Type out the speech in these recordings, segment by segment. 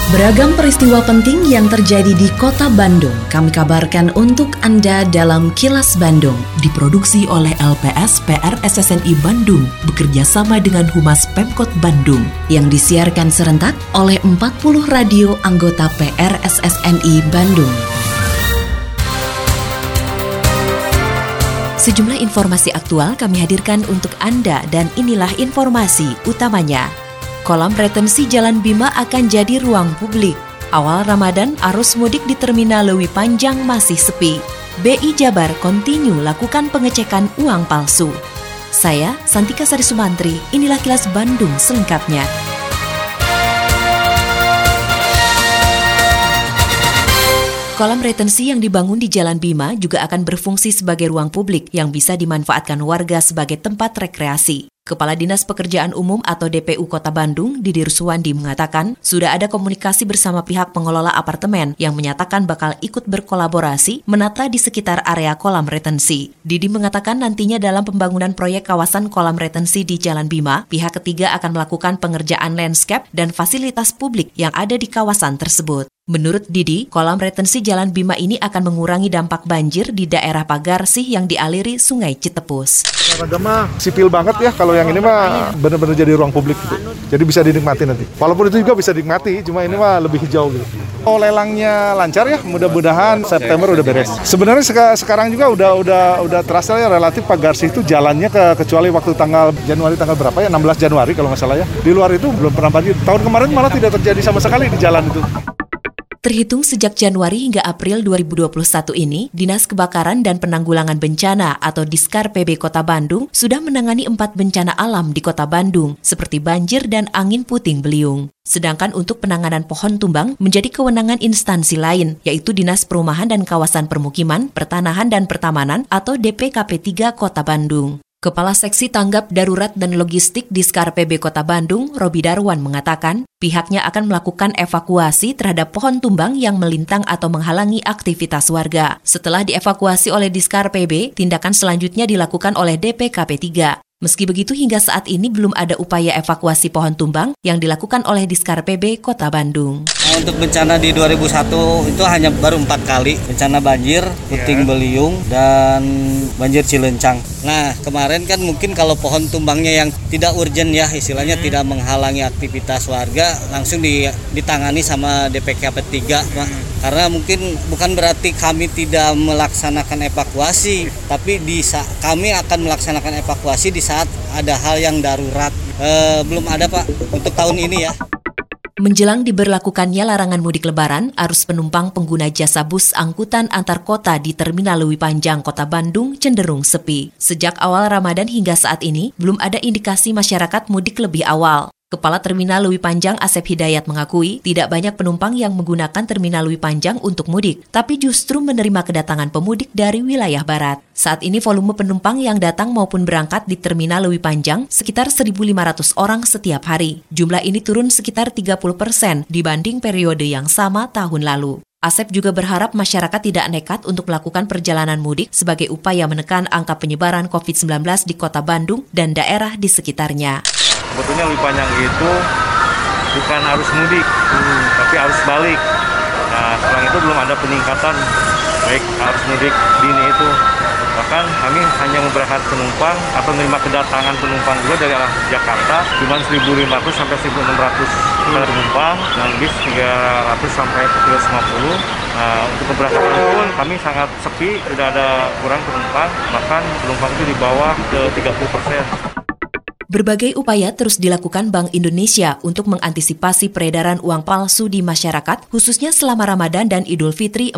Beragam peristiwa penting yang terjadi di Kota Bandung kami kabarkan untuk Anda dalam Kilas Bandung. Diproduksi oleh LPS PR SSNI Bandung bekerja sama dengan Humas Pemkot Bandung yang disiarkan serentak oleh 40 radio anggota PR SSNI Bandung. Sejumlah informasi aktual kami hadirkan untuk Anda dan inilah informasi utamanya. Kolam retensi Jalan Bima akan jadi ruang publik. Awal Ramadan, arus mudik di Terminal Leuwi Panjang masih sepi. BI Jabar kontinu lakukan pengecekan uang palsu. Saya, Santika Sari Sumantri, inilah Kilas Bandung selengkapnya. Kolam retensi yang dibangun di Jalan Bima juga akan berfungsi sebagai ruang publik yang bisa dimanfaatkan warga sebagai tempat rekreasi. Kepala Dinas Pekerjaan Umum atau DPU Kota Bandung, Didi Ruswandi mengatakan, sudah ada komunikasi bersama pihak pengelola apartemen yang menyatakan bakal ikut berkolaborasi menata di sekitar area kolam retensi. Didi mengatakan nantinya dalam pembangunan proyek kawasan kolam retensi di Jalan Bima, pihak ketiga akan melakukan pengerjaan landscape dan fasilitas publik yang ada di kawasan tersebut. Menurut Didi, kolam retensi Jalan Bima ini akan mengurangi dampak banjir di daerah Pagarsih yang dialiri Sungai Citepus. Agama sipil banget ya, kalau yang ini mah benar-benar jadi ruang publik gitu. Jadi bisa dinikmati nanti. Walaupun itu juga bisa dinikmati, cuma ini mah lebih hijau gitu. Oh, lelangnya lancar ya, mudah-mudahan September udah beres. Sebenarnya sekarang juga udah terasa ya relatif Pagarsih itu jalannya kecuali waktu tanggal Januari tanggal berapa ya, 16 Januari kalau nggak salah ya. Di luar itu belum pernah banjir. Tahun kemarin malah tidak terjadi sama sekali di jalan itu. Terhitung sejak Januari hingga April 2021 ini, Dinas Kebakaran dan Penanggulangan Bencana atau Diskar PB Kota Bandung sudah menangani 4 bencana alam di Kota Bandung, seperti banjir dan angin puting beliung. Sedangkan untuk penanganan pohon tumbang menjadi kewenangan instansi lain, yaitu Dinas Perumahan dan Kawasan Permukiman, Pertanahan dan Pertamanan atau DPKP 3 Kota Bandung. Kepala Seksi Tanggap Darurat dan Logistik Diskar PB Kota Bandung, Robi Darwan mengatakan, pihaknya akan melakukan evakuasi terhadap pohon tumbang yang melintang atau menghalangi aktivitas warga. Setelah dievakuasi oleh Diskar PB, tindakan selanjutnya dilakukan oleh DPKP 3. Meski begitu, hingga saat ini belum ada upaya evakuasi pohon tumbang yang dilakukan oleh Diskar PB Kota Bandung. Untuk bencana di 2001 itu hanya baru 4 kali, bencana banjir, puting beliung, dan banjir Cilencang. Nah, kemarin kan mungkin kalau pohon tumbangnya yang tidak urgent ya, istilahnya tidak menghalangi aktivitas warga, langsung ditangani sama DPKP 3, Pak. Karena mungkin bukan berarti kami tidak melaksanakan evakuasi, tapi kami akan melaksanakan evakuasi di saat ada hal yang darurat. Belum ada Pak untuk tahun ini ya. Menjelang diberlakukannya larangan mudik lebaran, arus penumpang pengguna jasa bus angkutan antar kota di Terminal Leuwi Panjang Kota Bandung cenderung sepi. Sejak awal Ramadan hingga saat ini, belum ada indikasi masyarakat mudik lebih awal. Kepala Terminal Leuwi Panjang Asep Hidayat mengakui tidak banyak penumpang yang menggunakan Terminal Leuwi Panjang untuk mudik, tapi justru menerima kedatangan pemudik dari wilayah barat. Saat ini volume penumpang yang datang maupun berangkat di Terminal Leuwi Panjang sekitar 1.500 orang setiap hari. Jumlah ini turun sekitar 30% dibanding periode yang sama tahun lalu. Asep juga berharap masyarakat tidak nekat untuk melakukan perjalanan mudik sebagai upaya menekan angka penyebaran COVID-19 di Kota Bandung dan daerah di sekitarnya. Sebetulnya Leuwi Panjang itu bukan arus mudik, tapi arus balik. Nah, sekarang itu belum ada peningkatan baik arus mudik dini itu. Bahkan kami hanya memberangkat penumpang atau menerima kedatangan penumpang juga dari arah Jakarta cuma 1.500 sampai 1.600 penumpang dan bis 300 sampai 350. Nah, untuk keberangkatan pun kami sangat sepi, tidak ada kurang penumpang, bahkan penumpang itu di bawah ke 30%. Berbagai upaya terus dilakukan Bank Indonesia untuk mengantisipasi peredaran uang palsu di masyarakat, khususnya selama Ramadan dan Idul Fitri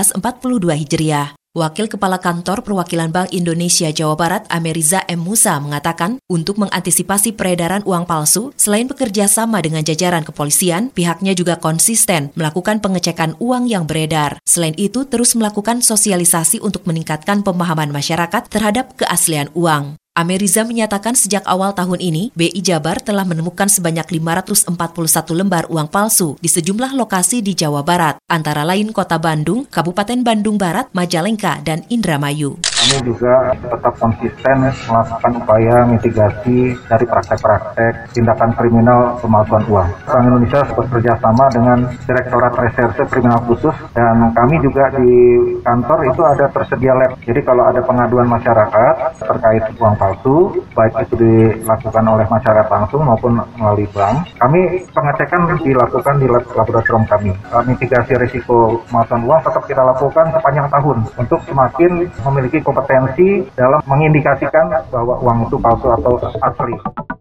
1442 Hijriah. Wakil Kepala Kantor Perwakilan Bank Indonesia Jawa Barat, Ameriza M. Musa, mengatakan untuk mengantisipasi peredaran uang palsu, selain bekerja sama dengan jajaran kepolisian, pihaknya juga konsisten melakukan pengecekan uang yang beredar. Selain itu, terus melakukan sosialisasi untuk meningkatkan pemahaman masyarakat terhadap keaslian uang. Ameriza menyatakan sejak awal tahun ini, BI Jabar telah menemukan sebanyak 541 lembar uang palsu di sejumlah lokasi di Jawa Barat, antara lain Kota Bandung, Kabupaten Bandung Barat, Majalengka, dan Indramayu. Kami juga tetap konsisten melakukan upaya mitigasi dari praktek-praktek tindakan kriminal pemalsuan uang. Bank Indonesia bekerja sama dengan Direktorat Reserse Kriminal Khusus, dan kami juga di kantor itu ada tersedia lab. Jadi kalau ada pengaduan masyarakat terkait uang palsu, baik itu dilakukan oleh masyarakat langsung maupun melalui bank, kami pengecekan dilakukan di lab laboratorium kami. Mitigasi risiko pemalsuan uang tetap kita lakukan sepanjang tahun untuk semakin memiliki kompetensi dalam mengindikasikan bahwa uang itu palsu atau asli.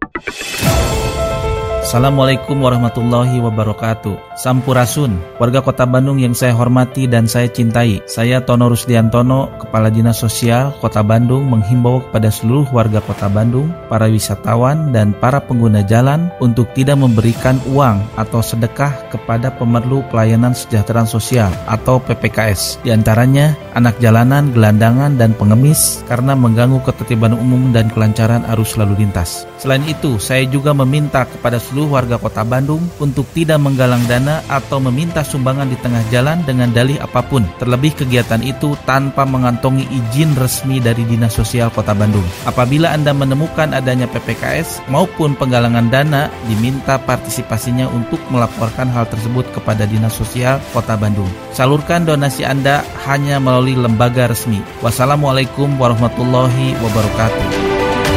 Assalamualaikum warahmatullahi wabarakatuh. Sampurasun, warga Kota Bandung yang saya hormati dan saya cintai. Saya Tono Rusdiantono, Kepala Dinas Sosial Kota Bandung, menghimbau kepada seluruh warga Kota Bandung, para wisatawan dan para pengguna jalan untuk tidak memberikan uang atau sedekah kepada pemerlu pelayanan kesejahteraan sosial atau PPKS. Di antaranya anak jalanan, gelandangan, dan pengemis karena mengganggu ketertiban umum dan kelancaran arus lalu lintas. Selain itu, saya juga meminta kepada seluruh warga Kota Bandung untuk tidak menggalang dana atau meminta sumbangan di tengah jalan dengan dalih apapun, terlebih kegiatan itu tanpa mengantongi izin resmi dari Dinas Sosial Kota Bandung. Apabila Anda menemukan adanya PPKS maupun penggalangan dana, diminta partisipasinya untuk melaporkan hal tersebut kepada Dinas Sosial Kota Bandung. Salurkan donasi Anda hanya melalui lembaga resmi. Wassalamualaikum warahmatullahi wabarakatuh.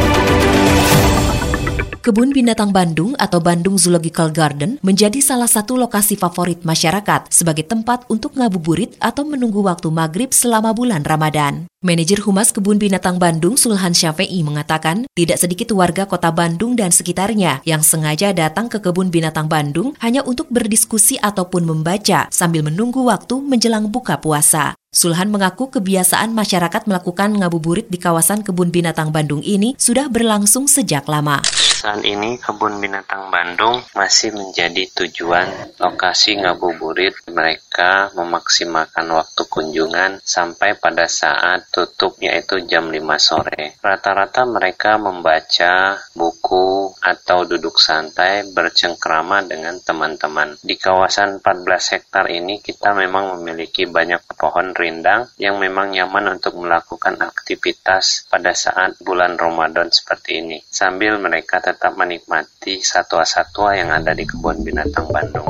Kebun Binatang Bandung atau Bandung Zoological Garden menjadi salah satu lokasi favorit masyarakat sebagai tempat untuk ngabuburit atau menunggu waktu maghrib selama bulan Ramadan. Manajer Humas Kebun Binatang Bandung, Sulhan Syafei, mengatakan tidak sedikit warga Kota Bandung dan sekitarnya yang sengaja datang ke Kebun Binatang Bandung hanya untuk berdiskusi ataupun membaca sambil menunggu waktu menjelang buka puasa. Sulhan mengaku kebiasaan masyarakat melakukan ngabuburit di kawasan Kebun Binatang Bandung ini sudah berlangsung sejak lama. Saat ini Kebun Binatang Bandung masih menjadi tujuan lokasi ngabuburit. Mereka memaksimalkan waktu kunjungan sampai pada saat tutup, yaitu jam 5 sore. Rata-rata mereka membaca buku atau duduk santai bercengkrama dengan teman-teman. Di kawasan 14 hektar ini kita memang memiliki banyak pohon rindang yang memang nyaman untuk melakukan aktivitas pada saat bulan Ramadan seperti ini, sambil mereka tetap menikmati satwa-satwa yang ada di Kebun Binatang Bandung.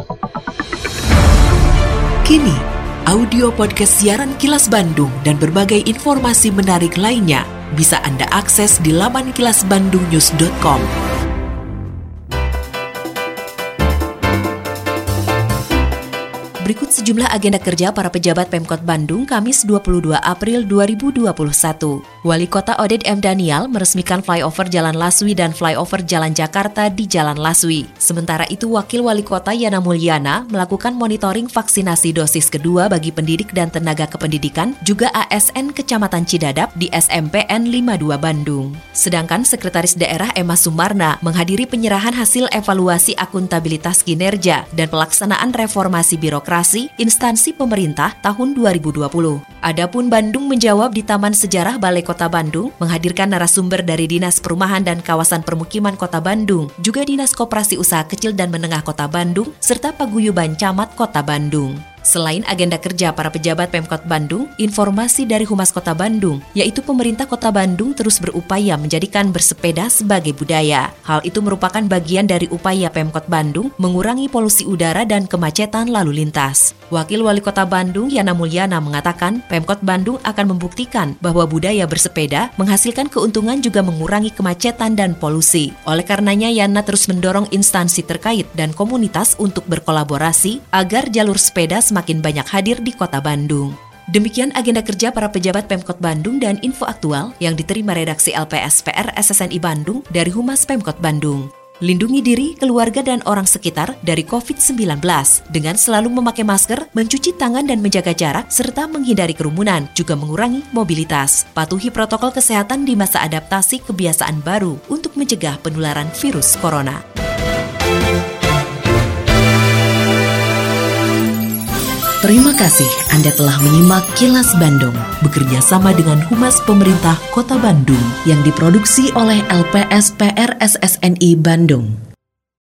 Kini, audio podcast siaran Kilas Bandung dan berbagai informasi menarik lainnya bisa Anda akses di laman kilasbandungnews.com. Berikut sejumlah agenda kerja para pejabat Pemkot Bandung Kamis 22 April 2021. Wali Kota Oded M. Daniel meresmikan flyover Jalan Laswi dan flyover Jalan Jakarta di Jalan Laswi. Sementara itu, Wakil Wali Kota Yana Mulyana melakukan monitoring vaksinasi dosis kedua bagi pendidik dan tenaga kependidikan, juga ASN Kecamatan Cidadap di SMPN 52 Bandung. Sedangkan Sekretaris Daerah Emma Sumarna menghadiri penyerahan hasil evaluasi akuntabilitas kinerja dan pelaksanaan reformasi birokrasi instansi pemerintah tahun 2020. Adapun Bandung menjawab di Taman Sejarah Balai Kota Bandung menghadirkan narasumber dari Dinas Perumahan dan Kawasan Permukiman Kota Bandung, juga Dinas Koperasi Usaha Kecil dan Menengah Kota Bandung, serta Paguyuban Camat Kota Bandung. Selain agenda kerja para pejabat Pemkot Bandung, informasi dari Humas Kota Bandung, yaitu pemerintah Kota Bandung terus berupaya menjadikan bersepeda sebagai budaya. Hal itu merupakan bagian dari upaya Pemkot Bandung mengurangi polusi udara dan kemacetan lalu lintas. Wakil Wali Kota Bandung Yana Mulyana mengatakan, Pemkot Bandung akan membuktikan bahwa budaya bersepeda menghasilkan keuntungan juga mengurangi kemacetan dan polusi. Oleh karenanya, Yana terus mendorong instansi terkait dan komunitas untuk berkolaborasi agar jalur sepeda semakin banyak hadir di Kota Bandung. Demikian agenda kerja para pejabat Pemkot Bandung dan info aktual yang diterima redaksi LPSPR SSNI Bandung dari Humas Pemkot Bandung. Lindungi diri, keluarga, dan orang sekitar dari COVID-19 dengan selalu memakai masker, mencuci tangan dan menjaga jarak, serta menghindari kerumunan, juga mengurangi mobilitas. Patuhi protokol kesehatan di masa adaptasi kebiasaan baru untuk mencegah penularan virus corona. Terima kasih Anda telah menyimak Kilas Bandung bekerja sama dengan Humas Pemerintah Kota Bandung yang diproduksi oleh LPSPR SSNI Bandung.